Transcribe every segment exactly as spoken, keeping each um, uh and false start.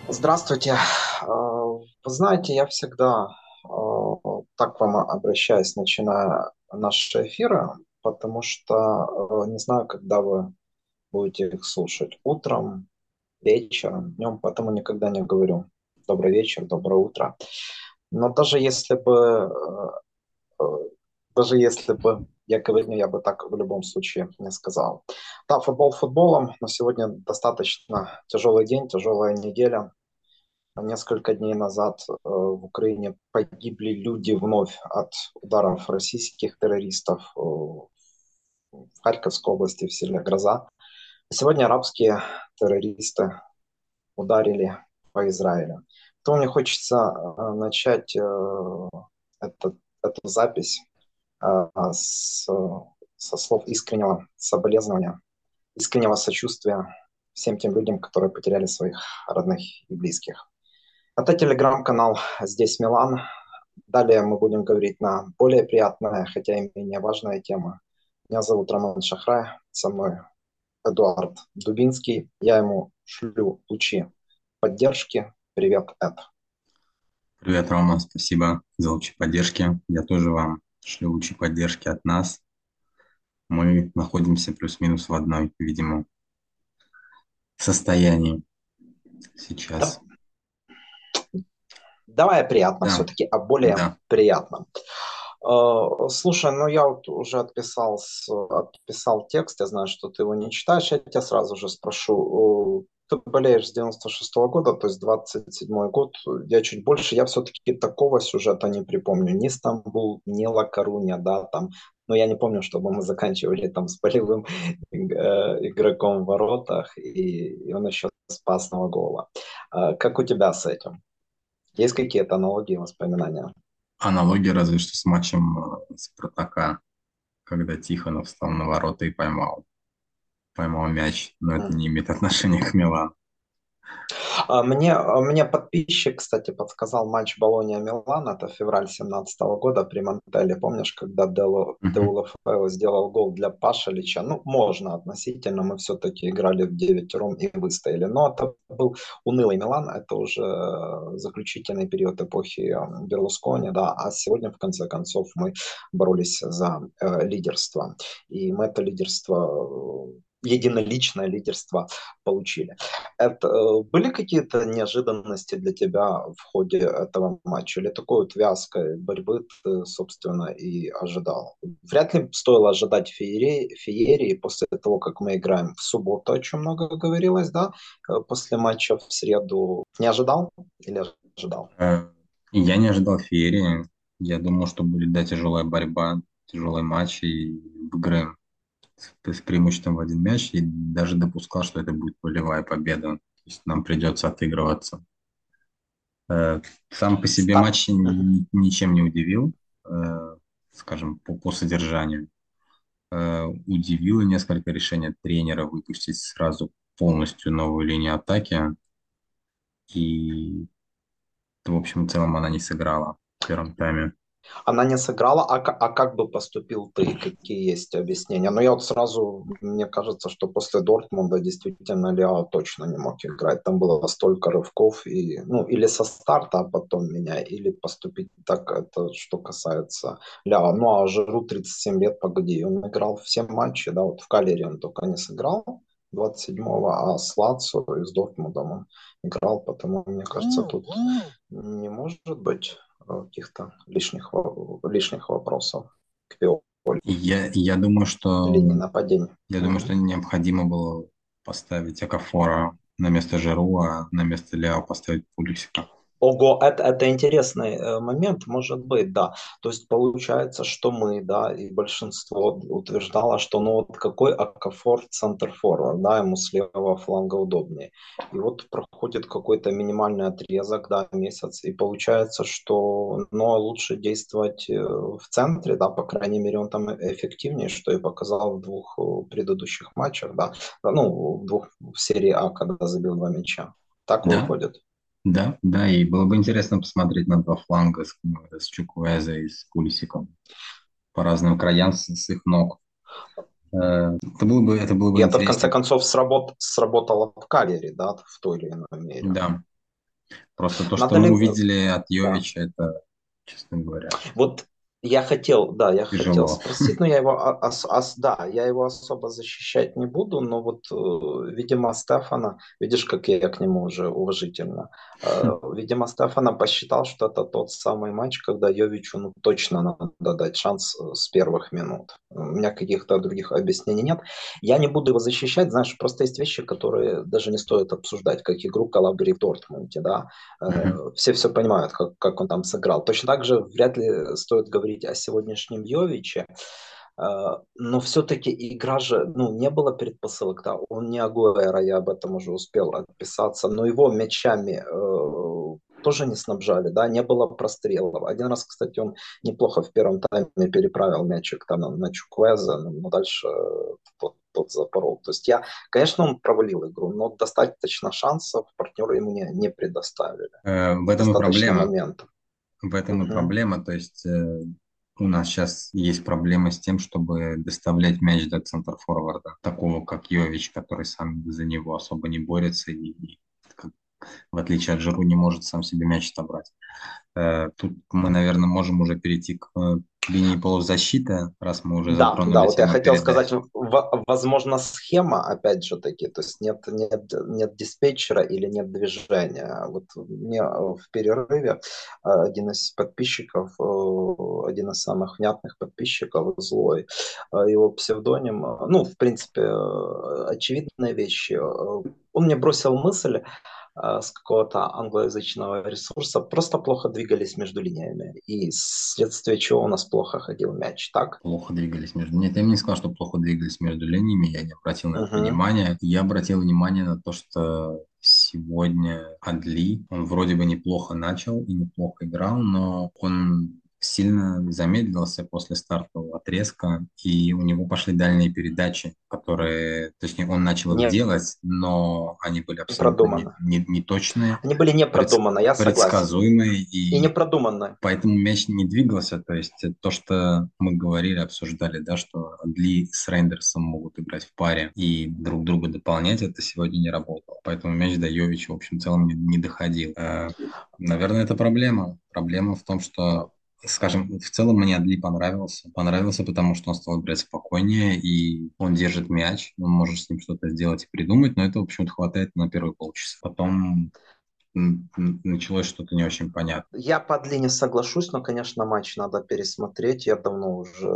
Здравствуйте. Э, Вы знаете, я всегда э, так к вам обращаюсь, начиная наши эфиры, потому что э, не знаю, когда вы будете их слушать. Утром, вечером, днем, поэтому никогда не говорю «добрый вечер», «доброе утро». Но даже если бы, э, э, даже если бы я говорил, я бы так в любом случае не сказал. Да, футбол футболом, но сегодня достаточно тяжелый день, тяжелая неделя. Несколько дней назад э, в Украине погибли люди вновь от ударов российских террористов э, в Харьковской области, в селе Гроза. Сегодня арабские террористы ударили по Израилю. То мне хочется э, начать э, этот, эту запись э, с, со слов искреннего соболезнования, искреннего сочувствия всем тем людям, которые потеряли своих родных и близких. Это телеграм-канал «Здесь Милан». Далее мы будем говорить на более приятная, хотя и менее важная тема. Меня зовут Роман Шахрай, со мной Эдуард Дубинский. Я ему шлю лучи поддержки. Привет, Эд. Привет, Рома, спасибо за лучи поддержки. Я тоже вам шлю лучи поддержки от нас. Мы находимся плюс-минус в одной, видимо, состоянии Да, сейчас. давай приятно Да, все-таки, а более да. приятно. Э, Слушай, ну я вот уже отписал, с- отписал текст, я знаю, что ты его не читаешь, я тебя сразу же спрошу. э, Ты болеешь с девяносто шестого года, то есть двадцать седьмой год, я чуть больше, я все-таки такого сюжета не припомню, ни Стамбул, ни Ла Коруня, да, там, но я не помню, чтобы мы заканчивали там с полевым э, игроком в воротах, и, и он еще с пасного гола. Э, Как у тебя с этим? Есть какие-то аналогии, воспоминания? Аналогия разве что с матчем э, Спартака, когда Тихонов встал на ворота и поймал. Поймал мяч, но это не имеет отношения к Милану. А Мне, а мне подписчик, кстати, подсказал матч Болония-Милан, это февраль семнадцатого года при Мантелле. Помнишь, когда Дело, Мгм. Деулафео сделал гол для Пашалича? Ну, можно относительно, мы все-таки играли в девятером и выстояли. Но это был унылый Милан, это уже заключительный период эпохи э, Берлускони, да, а сегодня, в конце концов, мы боролись за э, лидерство. И мы это лидерство, э, единоличное лидерство получили. Это, э, были какие-то неожиданности для тебя в ходе этого матча? Или такой вот вязкой борьбы ты, собственно, и ожидал? Вряд ли стоило ожидать феерии, феерии после того, как мы играем в субботу, о чем много говорилось, да? Э, После матча в среду. Не ожидал или ожидал? Э, Я не ожидал феерии. Я думал, что будет, да, тяжелая борьба, тяжелый матч и выиграем с с преимуществом в один мяч и даже допускал, что это будет полевая победа. То есть нам придется отыгрываться. Э, Сам по себе Ста- матч ни- ничем не удивил, э, скажем, по, по содержанию. Э, Удивило несколько решений тренера выпустить сразу полностью новую линию атаки. И, в общем и целом, она не сыграла в первом тайме. Она не сыграла, а, ка- а как бы поступил ты? Какие есть объяснения? Но я вот сразу, мне кажется, что после Дортмунда действительно Лео точно не мог играть. Там было столько рывков, и, ну, или со старта, а потом меня, или поступить так, это что касается Лео. Ну, а Жиру тридцать семь лет, погоди, он играл все матчи, да, вот в Калере он только не сыграл двадцать седьмого, а с Лацио и с Дортмундом он играл, потому, мне кажется, тут не может быть э, каких-то лишних, во- лишних вопросов к Пиоле, И я, я думаю, что линии нападения. я думаю, что Мгм. необходимо было поставить Акафора на место Жиру, а на место Ляо поставить Пулисика. Ого, это, это интересный э, момент, может быть, да. То есть получается, что мы, да, и большинство утверждало, что ну вот какой Акафор центр форвард, да, ему с левого фланга удобнее. И вот проходит какой-то минимальный отрезок, да, месяц, и получается, что ну, лучше действовать э, в центре, да, по крайней мере, он там эффективнее, что и показал в двух э, предыдущих матчах, да, ну, в двух в серии А, когда забил два мяча. Так Да, выходит. да, да, и было бы интересно посмотреть на два фланга с, с Чукуэзе и с Пулисиком по разным краям с, с их ног. Э, Это было бы, это было И бы это, в конце интереснее. концов, сработ, сработало в Калере, да, в той или иной мере. Да, Просто то, что Надо мы ли... увидели от Да. Йовича, это, честно говоря, Вот я хотел, да, я хотел тяжело. спросить, но я его, а- ос- ос- да, я его особо защищать не буду, но вот, э, видимо, Стефана, видишь, как я к нему уже уважительно, э, видимо, Стефана посчитал, что это тот самый матч, когда Йовичу, ну, точно надо дать шанс э, с первых минут. У меня каких-то других объяснений нет. Я не буду его защищать, знаешь, просто есть вещи, которые даже не стоит обсуждать, как игру Калабри в Дортмунде, да. Мгм. Э, все все понимают, как, как он там сыграл. Точно так же вряд ли стоит говорить о сегодняшнем Йовиче, э, но все-таки игра же, ну, не было предпосылок, да, он не Агуэра, я об этом уже успел отписаться, но его мячами э, тоже не снабжали, да, не было прострелов. Один раз, кстати, он неплохо в первом тайме переправил мячик там на, на Чуквеза, но, но дальше э, тот, тот запорол. То есть я, конечно, он провалил игру, но достаточно шансов партнеры ему не, не предоставили. Э, В этом и Достаточно проблема. моментов. В этом и Мгм. проблема. То есть э, у нас сейчас есть проблема с тем, чтобы доставлять мяч до центра форварда, такого как Йович, который сам за него особо не борется и, и как- в отличие от Жиру, не может сам себе мяч отобрать. Э, Тут мы, наверное, можем уже перейти к э, линии полузащиты, раз мы уже Да, да, затронули вот я тему хотел сказать, передач. в- возможно, схема, опять же таки, то есть нет, нет, нет диспетчера или нет движения. Вот мне э, в перерыве э, один из подписчиков, э, один из самых внятных подписчиков, злой, э, его псевдоним, э, ну, в принципе, э, очевидные вещи, э, он мне бросил мысль, э, с какого-то англоязычного ресурса, просто плохо двигались между линиями, и вследствие чего у нас плохо ходил мяч, так? Плохо двигались между... Нет, я бы не сказал, что плохо двигались между линиями, я не обратил на это Мгм. внимания. Я обратил внимание на то, что сегодня Адли, он вроде бы неплохо начал и неплохо играл, но он сильно замедлился после стартового отрезка, и у него пошли дальние передачи, которые, точнее, он начал их Не делать, но они были абсолютно не, продуманно. не, неточные, Они были не предс- продуманы, я согласен. предсказуемые, И не и продуманны. поэтому мяч не двигался. То есть э, то, что мы говорили, обсуждали, да, что Адли с Рейндерсом могут играть в паре и друг друга дополнять, это сегодня не работало. Поэтому мяч до Йовича, в общем, в целом не, не доходил. Э, Наверное, это проблема. Проблема в том, что, скажем, в целом мне Адли понравился. Понравился, потому что он стал играть спокойнее, и он держит мяч, он может с ним что-то сделать и придумать, но этого почему-то хватает на первые полчаса. Потом м, м, началось что-то не очень понятное. Я по длине соглашусь, но, конечно, матч надо пересмотреть. Я давно уже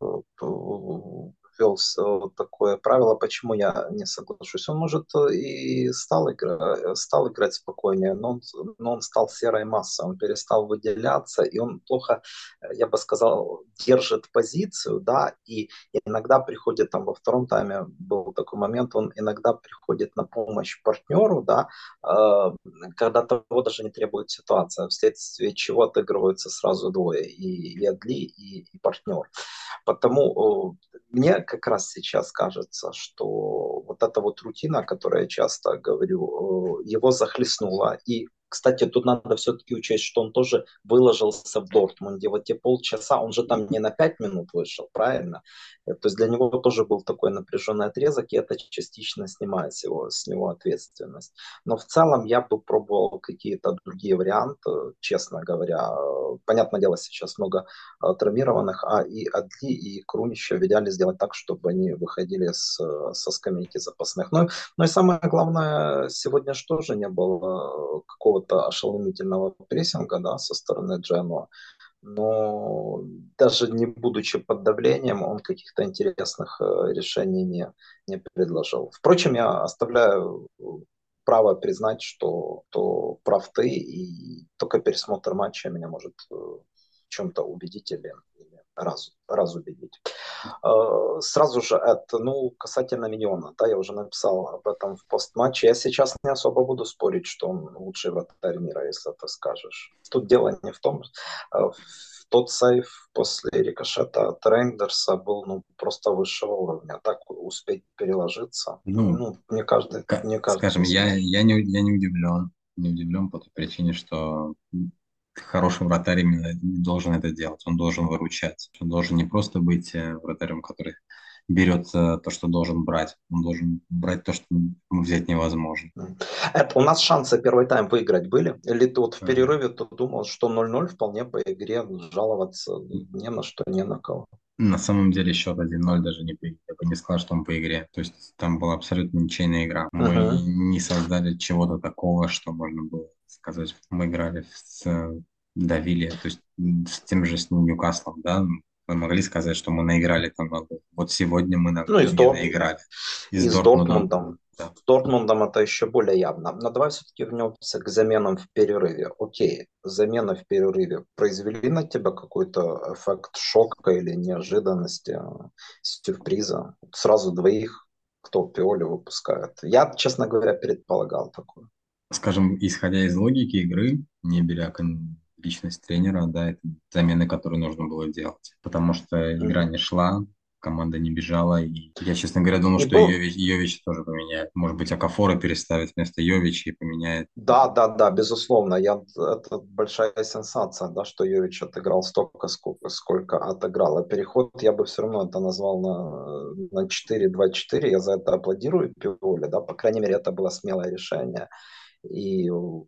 ввел такое правило, почему я не соглашусь. Он, может, и стал, игра, стал играть спокойнее, но он, но он стал серой массой, он перестал выделяться, и он плохо, я бы сказал, держит позицию, да, и иногда приходит, там во втором тайме был такой момент, он иногда приходит на помощь партнеру, да, э, когда того даже не требует ситуация, вследствие чего отыгрываются сразу двое, и, и Адли, и, и партнер. Потому э, мне как раз сейчас кажется, что вот эта вот рутина, о которой я часто говорю, э, его захлестнула. И, кстати, тут надо все-таки учесть, что он тоже выложился в Дортмунде. Вот те полчаса, он же там не на пять минут вышел, правильно? Э, То есть для него тоже был такой напряженный отрезок, и это частично снимает с него, с него ответственность. Но в целом я бы пробовал какие-то другие варианты, честно говоря. Понятное дело, сейчас много э, травмированных, а и Адли, и Крун еще видяли сделать так, чтобы они выходили с, со скамейки запасных. Ну, ну и самое главное, сегодня что же не было какого-то ошеломительного прессинга, да, со стороны Дженуа. Но даже не будучи под давлением, он каких-то интересных э, решений не, не предложил. Впрочем, я оставляю право признать, что то прав ты, и только пересмотр матча меня может э, в чем-то убедить или, или раз, разубедить. Э, Сразу же это, ну, касательно Миньона, да, я уже написал об этом в постматче. Я сейчас не особо буду спорить, что он лучший вратарь мира, если ты скажешь. Тут дело не в том, э, тот сейв после рикошета от Рейндерса был, ну, просто высшего уровня. Так успеть переложиться, Ну, ну, не каждый, ка- не каждый скажем, я, сможет. я, не, я не удивлен. Не удивлен по той причине, что хороший вратарь именно не должен это делать. Он должен выручать. Он должен не просто быть э, вратарем, который берет э, то, что должен брать. Он должен брать то, что взять невозможно. М. Это у нас шансы первый тайм выиграть были? Или ты вот в Э, перерыве ты думал, что ноль ноль вполне по игре, жаловаться не на что, не на кого? На самом деле счет один ноль даже не по игре. Я бы не сказал, что он по игре. То есть там была абсолютно ничейная игра. Мы Мгм. не создали чего-то такого, что можно было сказать. Мы играли с э, давили, то есть с тем же с Ньюкаслом, да, мы могли сказать, что мы наиграли там на гол. Вот сегодня мы на Ну гол и с, не Дор- наиграли. И с и с Дортмундом, Дортмундом. да. С Дортмундом это еще более явно. Но давай все-таки вернемся к заменам в перерыве. Окей, замены в перерыве произвели на тебя какой-то эффект шока или неожиданности, э, сюрприза? Сразу двоих, кто Пиоли выпускает. Я, честно говоря, предполагал такое. Скажем, исходя из логики игры, не беря кон- личность тренера, да, это замены, которые нужно было делать. Потому что игра Мгм. не шла, команда не бежала, и я, честно говоря, думал, И что был, Йович, Йович тоже поменяет. Может быть, Акафора переставит вместо Йовича и поменяет. да, да, да, безусловно. Я, это большая сенсация, да, что Йович отыграл столько, сколько, сколько отыграл. А переход я бы все равно это назвал на, на четыре два четыре. Я за это аплодирую Пиоле, да, по крайней мере, это было смелое решение. И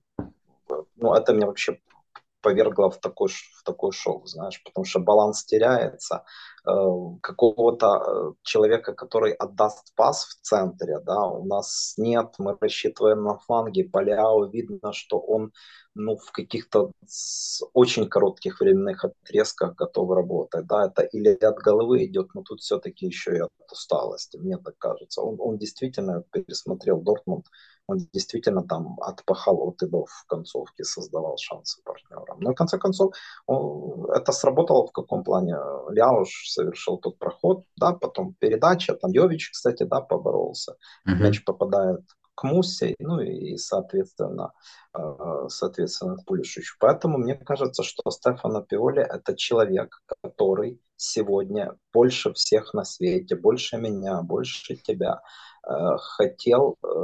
ну, это меня вообще повергло в такой, в такой шок, знаешь, потому что баланс теряется. Э, Какого-то э, человека, который отдаст пас в центре, да, у нас нет, мы рассчитываем на фланге, Поляо, видно, что он ну, в каких-то очень коротких временных отрезках готов работать, да, это или от головы идет, но тут все-таки еще и от усталости, мне так кажется. Он, он действительно пересмотрел Дортмунд, он действительно там отпахал от и до в концовке, создавал шансы партнерам. Но в конце концов он, это сработало в каком плане? Ляуш совершил тот проход, да, потом передача, там Йович, кстати, да, поборолся. Мгм. Мяч попадает к Мусе, ну и, соответственно, э, соответственно, к Пулишичу. Поэтому мне кажется, что Стефано Пиоли это человек, который сегодня больше всех на свете, больше меня, больше тебя, э, хотел э,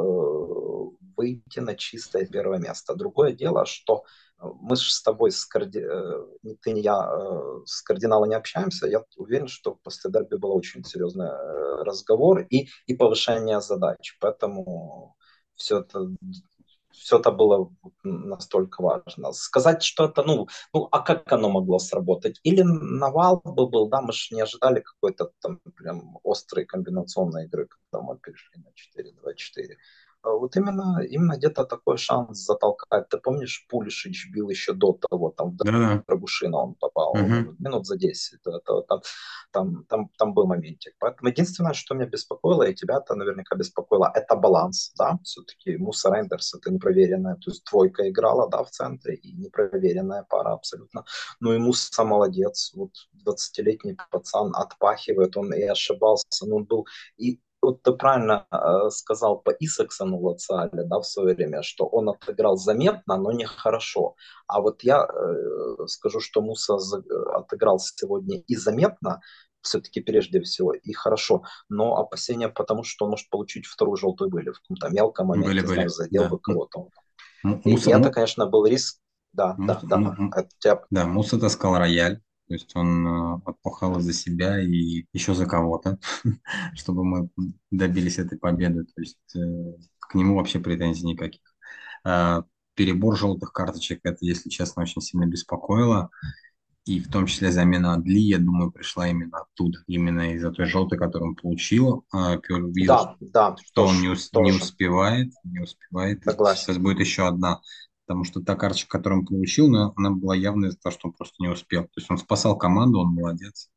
выйти на чистое первое место. Другое дело, что мы же с тобой, с карди... э, ни ты, ни я, э, с кардиналом не общаемся. Я уверен, что после дерби был очень серьезный э, разговор и, и повышение задач. Поэтому все это все это было настолько важно. Сказать, что это, ну, ну, а как оно могло сработать? Или навал бы был, да, мы же не ожидали какой-то там прям острой комбинационной игры, когда мы перешли на четыре два четыре. А вот именно, именно где-то такой шанс затолкать. Ты помнишь, Пулишич бил еще до того, там, в Да-да. Драгушина он попал Мгм. минут, минут за десять. Это, это, там, там, там, там был моментик. Поэтому единственное, что меня беспокоило, и тебя-то наверняка беспокоило, это баланс, да, все-таки Муса Рейндерс это непроверенная, то есть двойка играла, да, в центре, и непроверенная пара абсолютно. Ну и Муса молодец, вот двадцатилетний пацан отпахивает, он и ошибался, но он был и вот ты правильно э, сказал по Исаксону в Лациале, да, в свое время, что он отыграл заметно, но не хорошо. А вот я э, скажу, что Муса за, отыграл сегодня и заметно, все-таки прежде всего, и хорошо, но опасения потому, что он может получить вторую желтую были в каком-то мелком моменте, Были-были, знаешь, задел да. бы кого-то. М- И, и Муса, это, му- конечно, был риск. Да, Мус, да, да. му- м- Это тебя... да, Муса таскал рояль. То есть он э, отпахал за себя и еще за кого-то, чтобы мы добились этой победы. То есть э, к нему вообще претензий никаких. А, перебор желтых карточек, это, если честно, очень сильно беспокоило. И в том числе замена Адли, я думаю, пришла именно оттуда. Именно из-за той желтой, которую он получил. А, Пиол видел, Да, да, что он тоже, не, ус- не тоже. успевает. Не успевает. И Согласен. сейчас будет еще одна. Потому что та карточка, которую он получил, но она была явно из-за того, что он просто не успел. То есть он спасал команду, он молодец.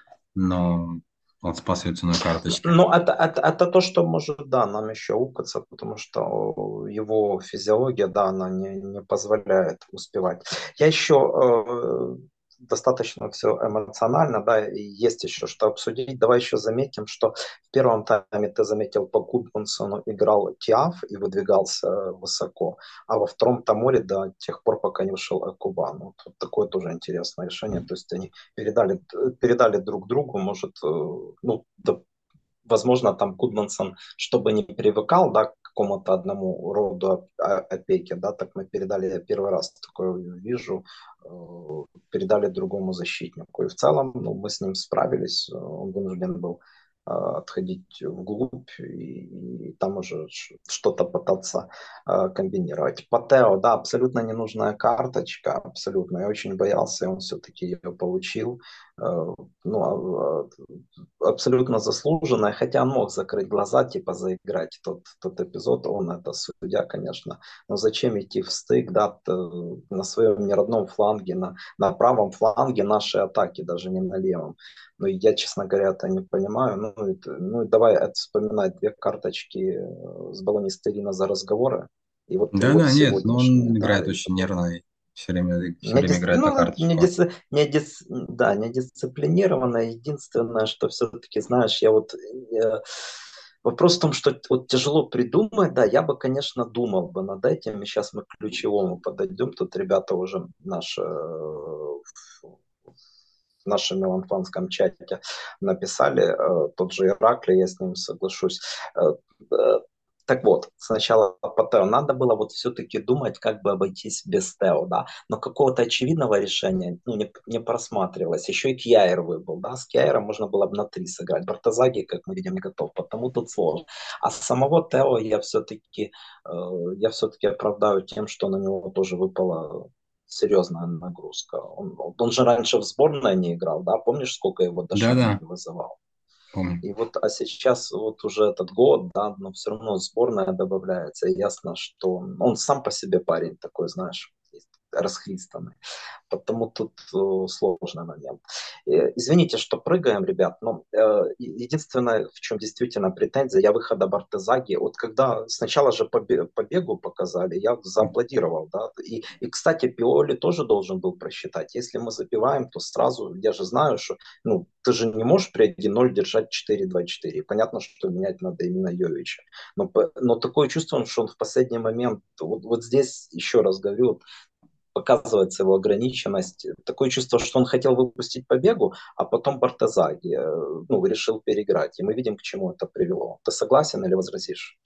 Но он спас ее ценой карточки. Ну, это, это, это то, что может, да, нам еще укаться, потому что его физиология, да, она не, не позволяет успевать. Я еще э, достаточно все эмоционально, да, и есть еще что обсудить. Давай еще заметим, что в первом тайме ты заметил, по Гудмансону играл Тиаф и выдвигался высоко, а во втором Таморе до тех пор, пока не вышел Акубан. Вот, вот такое тоже интересное решение. То есть они передали, передали друг другу, может, э, ну, да, возможно, там Гудмансон, чтобы не привыкал, да, к какому-то одному роду опеки, да, так мы передали, я первый раз такое вижу, э, передали другому защитнику. И в целом, ну, мы с ним справились, он вынужден был а, отходить вглубь и, и там уже ш- что-то пытаться а, комбинировать. По Тео, да, абсолютно ненужная карточка, абсолютно. Я очень боялся, и он все-таки ее получил. Э, Ну, а- а- абсолютно заслуженная, хотя он мог закрыть глаза, типа заиграть тот, тот эпизод, он это судья, конечно. Но зачем идти в стык, да, т- на своем неродном фланге, на, на правом фланге нашей атаки, даже не на левом. Ну, я, честно говоря, это не понимаю. Ну, это- ну и давай это вспоминать две карточки э, с Баллонистерина за разговоры. И вот, и вот Да-да, нет, но сегодняшние, он да, играет очень которые нервно, и все время, все не время дис- играет на ну, не карточку. дис- не дис- да, не дисциплинированно. Единственное, что все-таки, знаешь, я вот э, вопрос в том, что вот тяжело придумать, да, я бы, конечно, думал бы над этим, и сейчас мы к ключевому подойдем, тут ребята уже наши э, в в нашем меланфанском чате написали, э, тот же Ираклий, я с ним соглашусь. Э, э, так вот, сначала по Тео надо было вот все-таки думать, как бы обойтись без Тео, да, но какого-то очевидного решения ну, не, не просматривалось. Еще и Кьяер выбыл, да, с Кьяером можно было бы на три сыграть. Бартазаги, как мы видим, не готов, потому тут сложно. А самого Тео я все-таки э, я все-таки оправдаю тем, что на него тоже выпала серьезная нагрузка. Он, он же раньше в сборной не играл, да? Помнишь, сколько его Дашамин Да-да, вызывал? помню. И вот, а сейчас вот уже этот год, да, но все равно сборная добавляется. И ясно, что он, он сам по себе парень такой, знаешь, расхристанный. Потому тут э, сложный момент. Э, Извините, что прыгаем, ребят, но э, единственное, в чем действительно претензия, я выхода Бартезаги, вот когда сначала же по, бе- по бегу показали, я зааплодировал, да, и, и, кстати, Пиоли тоже должен был просчитать. Если мы забиваем, то сразу, я же знаю, что, ну, ты же не можешь при один ноль держать четыре два-четыре. Понятно, что менять надо именно Йовича. Но, по- но такое чувство, что он в последний момент, вот, вот здесь, еще раз говорю, показывается его ограниченность. Такое чувство, что он хотел выпустить побегу, а потом Бартезаги э, ну, решил переиграть. И мы видим, к чему это привело. Ты согласен или возразишь?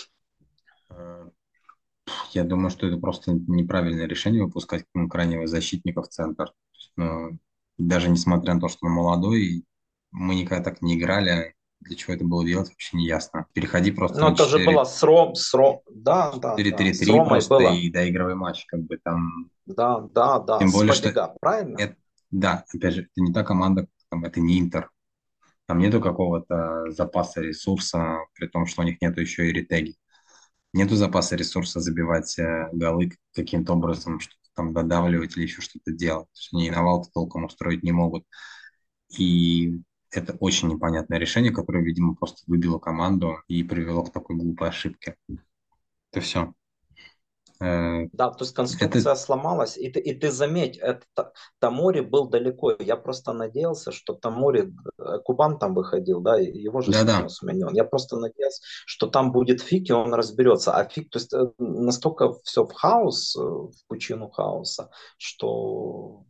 Э, Я думаю, что это просто неправильное решение выпускать ну, крайнего защитника в центр. То есть, ну, даже несмотря на то, что он молодой, мы никогда так не играли. Для чего это было делать, вообще не ясно. Переходи просто Но на это же было четыре с Ром, с Ром, да, да, да, с четыре-три-три Ромой просто было, и доигрывай матч. Как бы там. да, да, да, Тем с более, что побега, правильно? это, да, опять же, это не та команда, там, это не Интер. Там нету какого-то запаса ресурса, при том, что у них нету еще и ретеги. Нету запаса ресурса забивать э, голы каким-то образом, что-то там додавливать или еще что-то делать. То есть они и навал толком устроить не могут. И это очень непонятное решение, которое, видимо, просто выбило команду и привело к такой глупой ошибке. Это все. Да, то есть Это, конструкция сломалась, и ты, и ты заметь, это, Тамори был далеко. Я просто надеялся, что Тамори, э, Кубан там выходил, да, и его же да-да, сменил. Я просто надеялся, что там будет Фиг, и он разберется. А Фиг, то есть э, настолько все в хаос, э, в пучину хаоса, что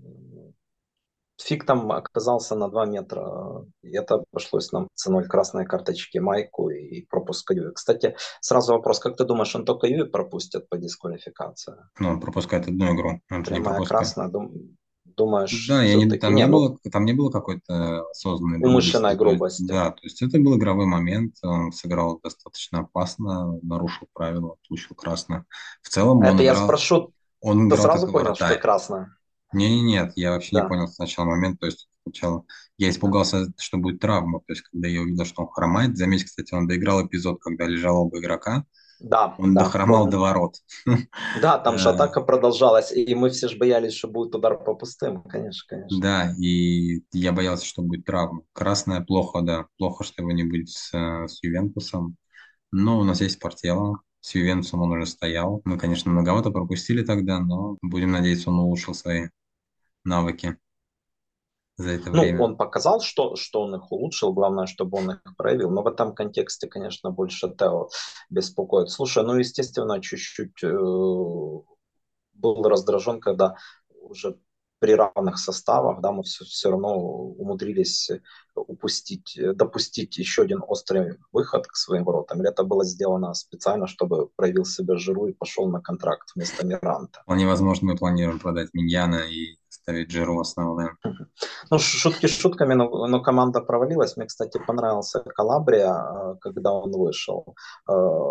Фиг там оказался на два метра. И это обошлось нам ценой красной карточки Майку и пропуска Юви. Кстати, сразу вопрос, как ты думаешь, он только Юви пропустит по дисквалификации? но он пропускает одну игру, он же не Прямая пропускает. красная, дум- думаешь, Да, я не, все-таки там не не, ну, было, там не было какой-то осознанной грубости. умышленной То есть, грубости. да, то есть это был игровой момент, он сыграл достаточно опасно, нарушил правила, получил красное. В целом он Это я играл, спрошу, он ты играл сразу как понял, что вратарь. красная? Не, не, нет, я вообще не Да, понял сначала момент, то есть сначала я да, испугался, что будет травма, то есть когда я увидел, что он хромает, заметь, кстати, он доиграл эпизод, когда лежал оба игрока, да, он да, дохромал до помню. ворот. Да, там же Э, атака продолжалась, и мы все же боялись, что будет удар по пустым. Конечно, конечно. Да, и я боялся, что будет травма. Красная плохо, да, плохо, что его не будет с, э, с Ювентусом. Но у нас есть Портело, с Ювентусом он уже стоял. Мы, конечно, многовато пропустили тогда, но будем надеяться, он улучшил свои навыки за это Ну, время. он показал, что, что он их улучшил, главное, чтобы он их проявил. Но в этом контексте, конечно, больше Тео беспокоит. Слушай, ну, естественно, чуть-чуть э, был раздражен, когда уже при равных составах, да, мы все, все равно умудрились упустить, допустить еще один острый выход к своим воротам. Или это было сделано специально, чтобы проявил себя Жиру и пошел на контракт вместо Миранта? Вполне возможно, мы планируем продать Миньяна и выставить Джиру основным. Мгм. Ну, ш- шутки шутками, но, но команда провалилась. Мне, кстати, понравился Калабрия, э, когда он вышел. Э,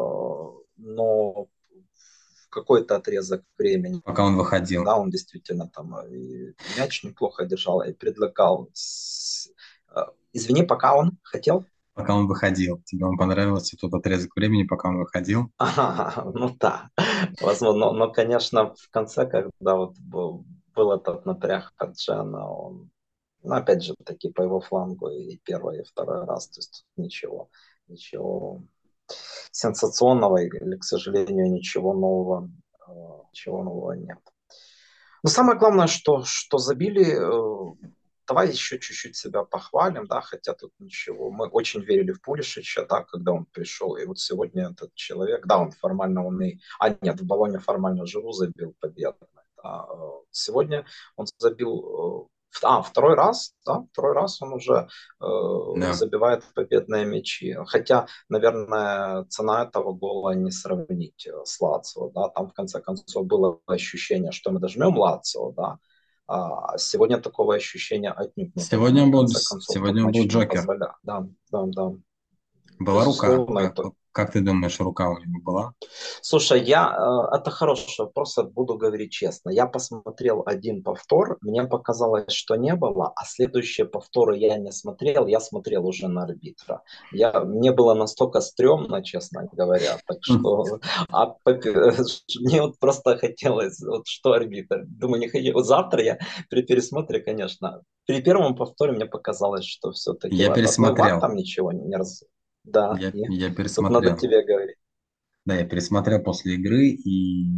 Но в какой-то отрезок времени, Пока он выходил. да, он действительно там э, и мяч неплохо держал и предлагал. с- э, Извини, пока он хотел. Пока он выходил. Тебе он понравился тот отрезок времени, пока он выходил? Ага, ну да, возможно, но, но, конечно, в конце, когда вот был, был этот напряг от Джена, он, ну, опять же, таки по его флангу и первый, и второй раз, то есть ничего, ничего сенсационного или, к сожалению, ничего нового, э, ничего нового нет. Но самое главное, что, что забили, э, давай еще чуть-чуть себя похвалим, да, хотя тут ничего. Мы очень верили в Пулишича, да, когда он пришел, и вот сегодня этот человек, да, он формально, он и... А, нет, в Болоне формально Жиру забил победный. Да. Э, Сегодня он забил... э, А, второй раз, да, второй раз он уже э, Да. забивает победные мячи. Хотя, наверное, цена этого гола не сравнить э, с Лацио, да, там в конце концов было ощущение, что мы дожмем Лацио, да, а сегодня такого ощущения отнюдь не было. Сегодня Ну, он в был, конце концов, сегодня он был топ-матч нам Джокер. позволяет. Да, да, да, Была рука. безусловно. Как, Это... как ты думаешь, рука у него была? Слушай, я, э, это хороший вопрос, буду говорить честно. Я посмотрел один повтор, мне показалось, что не было, а следующие повторы я не смотрел, я смотрел уже на арбитра. Я, мне было настолько стрёмно, честно говоря, так что а, по- мне вот просто хотелось, вот что арбитр. Думаю, не ходи. Вот завтра я при пересмотре, конечно, при первом повторе мне показалось, что все-таки Я этот мой вар пересмотрел. там ничего не раз... Да, Я, и я тут надо пересмотрел. тебе говорить. Да, я пересмотрел после игры, и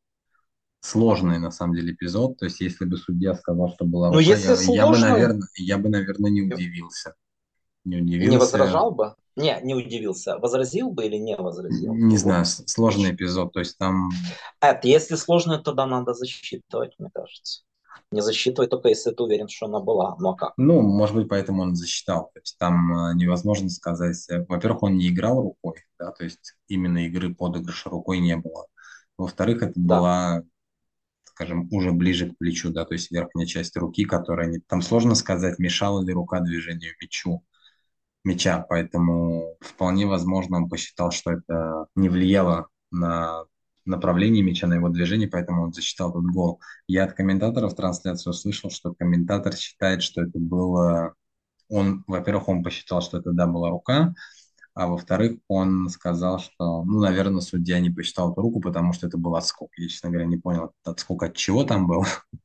сложный на самом деле эпизод. То есть, если бы судья сказал, что была Ну, рука, если я, я бы, сложно, наверное, я бы, наверное, не удивился. Не и не удивился. возражал бы, не, не удивился, возразил бы или не возразил бы, Не вот знаю, с- в сложный чем. эпизод. То есть там, Это, если сложно, тогда надо засчитывать, мне кажется. Не засчитывать только если ты уверен, что она была. Ну а как? ну, может быть, поэтому он засчитал. То есть там э, невозможно сказать. э, Во-первых, он не играл рукой, да, то есть именно игры подыгрыша рукой не было. Во-вторых, это Да. была, скажем, уже ближе к плечу, да, то есть верхняя часть руки, которая не... Там сложно сказать, мешала ли рука движению мячу, мяча, поэтому вполне возможно он посчитал, что это не влияло на направление мяча, на его движение, поэтому он засчитал этот гол. Я от комментаторов трансляции услышал, что комментатор считает, что это было... Он, во-первых, он посчитал, что это, да, была рука, а во-вторых, он сказал, что, ну, наверное, судья не посчитал эту руку, потому что это был отскок. Я, честно говоря, не понял, отскок от чего там был.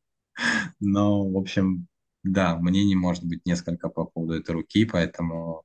Но, в общем, да, мнений может быть несколько по поводу этой руки, поэтому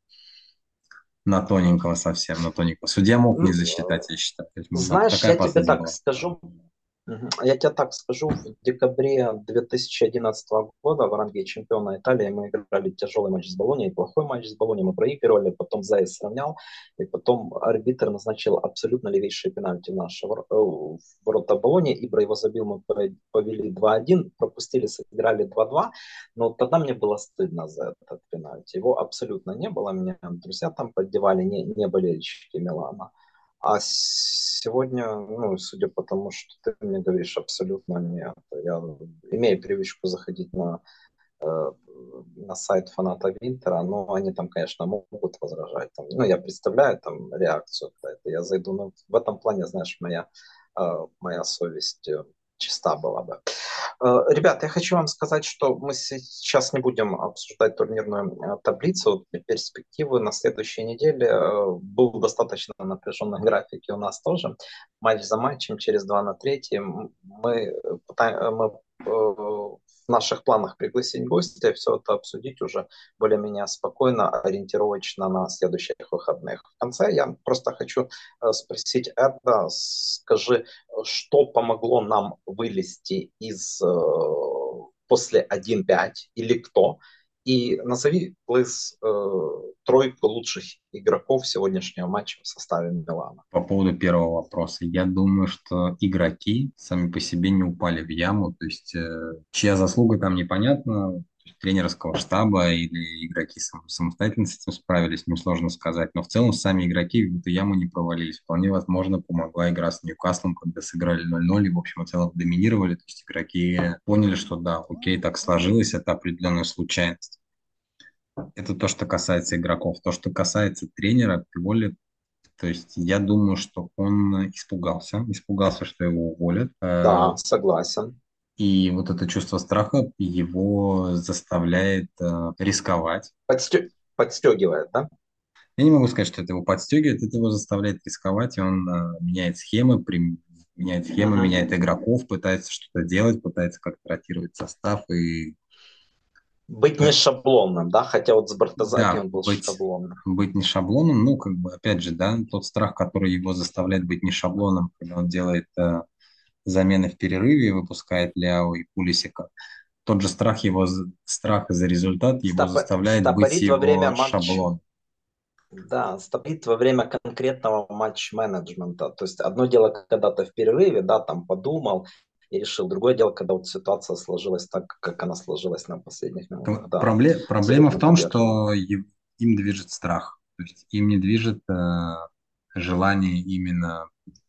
на тоненького совсем, на тоненького. Судья мог не Ну, засчитать, я считаю. То есть, м, знаешь, такая я тебе опасность так была. скажу. Мгм. Я тебе так скажу, в декабре две тысячи одиннадцатого года в ранге чемпиона Италии мы играли тяжелый матч с Болонией, плохой матч с Болонией, мы проигрывали, потом Заяц сравнял, и потом арбитр назначил абсолютно левейшие пенальти в наши вор- э, в ворота Болонии, Ибра его забил, мы по- повели два один, пропустили, сыграли два два, но тогда мне было стыдно за этот пенальти, его абсолютно не было, меня друзья там поддевали, не, не болельщики Милана. А сегодня, ну, судя по тому, что ты мне говоришь, абсолютно нет. Я имею привычку заходить на, э, на сайт фаната Винтера, но они там, конечно, могут возражать. Там, ну, я представляю там реакцию, когда это я зайду. Но в этом плане, знаешь, моя, э, моя совесть э, чиста была бы. Э, Ребят, я хочу вам сказать, что мы сейчас не будем обсуждать турнирную э, таблицу, перспективы на следующей неделе. Э, Был достаточно напряженный график и у нас тоже. Матч за матчем, через два на третий. Мы, пытаем, мы э, в наших планах пригласить гостя и все это обсудить уже более-менее спокойно, ориентировочно на следующих выходных. В конце я просто хочу э, спросить это, скажи, что помогло нам вылезти из э, после один пять или кто. И назови, плиз, э, тройку лучших игроков сегодняшнего матча в составе Милана. По поводу первого вопроса, я думаю, что игроки сами по себе не упали в яму, то есть э, чья заслуга там непонятно. тренерского штаба или игроки сам- самостоятельно с этим справились, мне сложно сказать. Но в целом сами игроки в эту яму не провалились. Вполне возможно, помогла игра с Ньюкаслом, когда сыграли ноль ноль и, в общем и целом, доминировали. То есть игроки поняли, что да, окей, так сложилось, это определенная случайность. Это то, что касается игроков. То, что касается тренера, Пиоли, то есть я думаю, что он испугался, испугался, что его уволят. Э, Да, согласен. И вот это чувство страха его заставляет э, рисковать. Подстё- Подстегивает, да? Я не могу сказать, что это его подстегивает, это его заставляет рисковать, и он э, меняет схемы, при- меняет схемы, Мгм. меняет игроков, пытается что-то делать, пытается как-то ротировать состав. И Быть не как- шаблонным, да? Хотя вот с Бартазаки да, он был быть, шаблонным. быть не шаблоном, ну, как бы, опять же, да, тот страх, который его заставляет быть не шаблоном, когда он делает э, замены в перерыве, и выпускает Ляо и Пулисика, тот же страх его, страх за результат его Стопо- заставляет быть Стопорить во время его матча. шаблон. Да, стопорить во время конкретного матч-менеджмента. То есть одно дело, когда ты в перерыве, да, там подумал и решил. Другое дело, когда вот ситуация сложилась так, как она сложилась на последних минутах. Да, Пробле- проблема в абсолютно том, поддерживаю. что е- им движет страх. То есть им не движет э, желание именно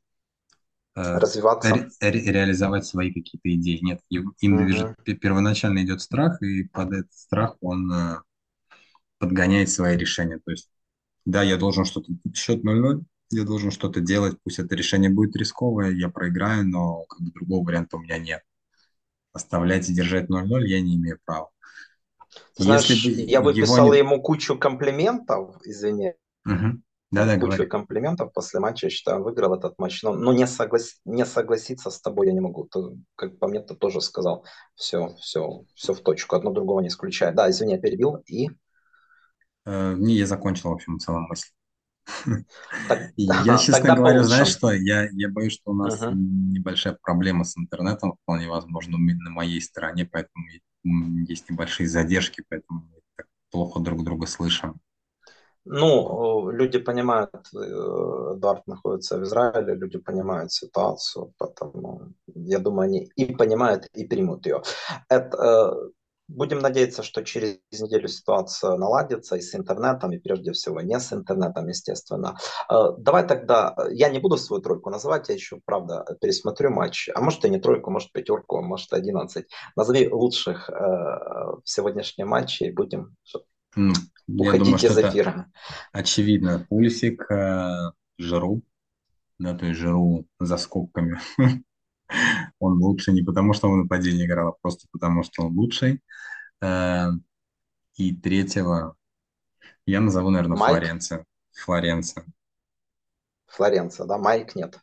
э, Развиваться. ре- ре- реализовать свои какие-то идеи. Нет, им, им движет Мгм. пе- первоначально идет страх, и под этот страх он э, подгоняет свои решения. То есть, да, я должен что-то, счет ноль ноль, я должен что-то делать, пусть это решение будет рисковое, я проиграю, но как бы другого варианта у меня нет. Оставлять и держать ноль ноль я не имею права. Ты Если бы знаешь, я его выписал не... ему кучу комплиментов, извини, Мгм. Да-да, кучу говори. комплиментов после матча. Я считаю, он выиграл этот матч. Но, но не, соглас, не согласиться с тобой я не могу. Ты, как по мне, ты тоже сказал, все, все, все в точку. Одно другого не исключает. Да, извини, я перебил. И Э, Не, я закончил, в общем, целую мысль. так, И я, ага, честно тогда по говоря, знаешь лучшим. что, я, я боюсь, что у нас Мгм. небольшая проблема с интернетом, вполне возможно, на моей стороне, поэтому и- м, есть небольшие задержки, поэтому мы так плохо друг друга слышим. Ну, э, люди понимают, э, Эдуард находится в Израиле, люди понимают ситуацию, поэтому я думаю, они и понимают, и примут ее. Это, э, будем надеяться, что через неделю ситуация наладится и с интернетом, и прежде всего не с интернетом, естественно. Э, Давай тогда, э, я не буду свою тройку называть, я еще, правда, пересмотрю матч, а может и не тройку, может пятерку, может одиннадцать. Назови лучших э, в сегодняшнем матче и будем Ну, я думаю, уходить что из это эфира. очевидно. Пульсик, э, Жиру, да, то есть Жиру за скобками. Он лучше не потому, что он в нападении играл, а просто потому, что он лучший. Э, И третьего я назову, наверное, Майк, Флоренцию. Флоренцию. Флоренция, да, Майк нет.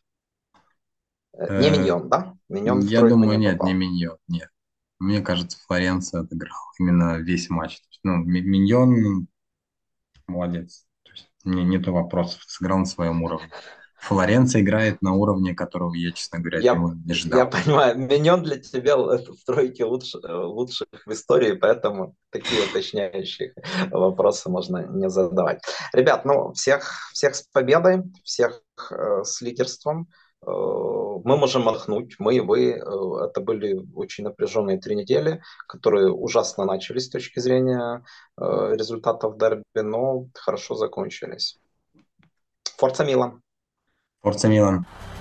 Э, Не Э, Миньон, да? Миньон в Я тройку думаю, не нет, не попал. Миньон, нет. Мне кажется, Флоренция отыграл именно весь матч. То есть, ну, Ми- Миньон молодец. То есть, не, нету вопросов. Сыграл на своем уровне. Флоренция играет на уровне, которого я, честно говоря, от него Я, не я ждал. понимаю, Миньон для тебя это в тройке лучше, э, лучших в истории, поэтому такие уточняющие вопросы можно не задавать. Ребят, ну, всех, всех с победой, всех э, с лидерством. Э, мы можем отдохнуть, мы и вы. Э, это были очень напряженные три недели, которые ужасно начались с точки зрения э, результатов дерби, но хорошо закончились. Форца Милан. Форца Милан.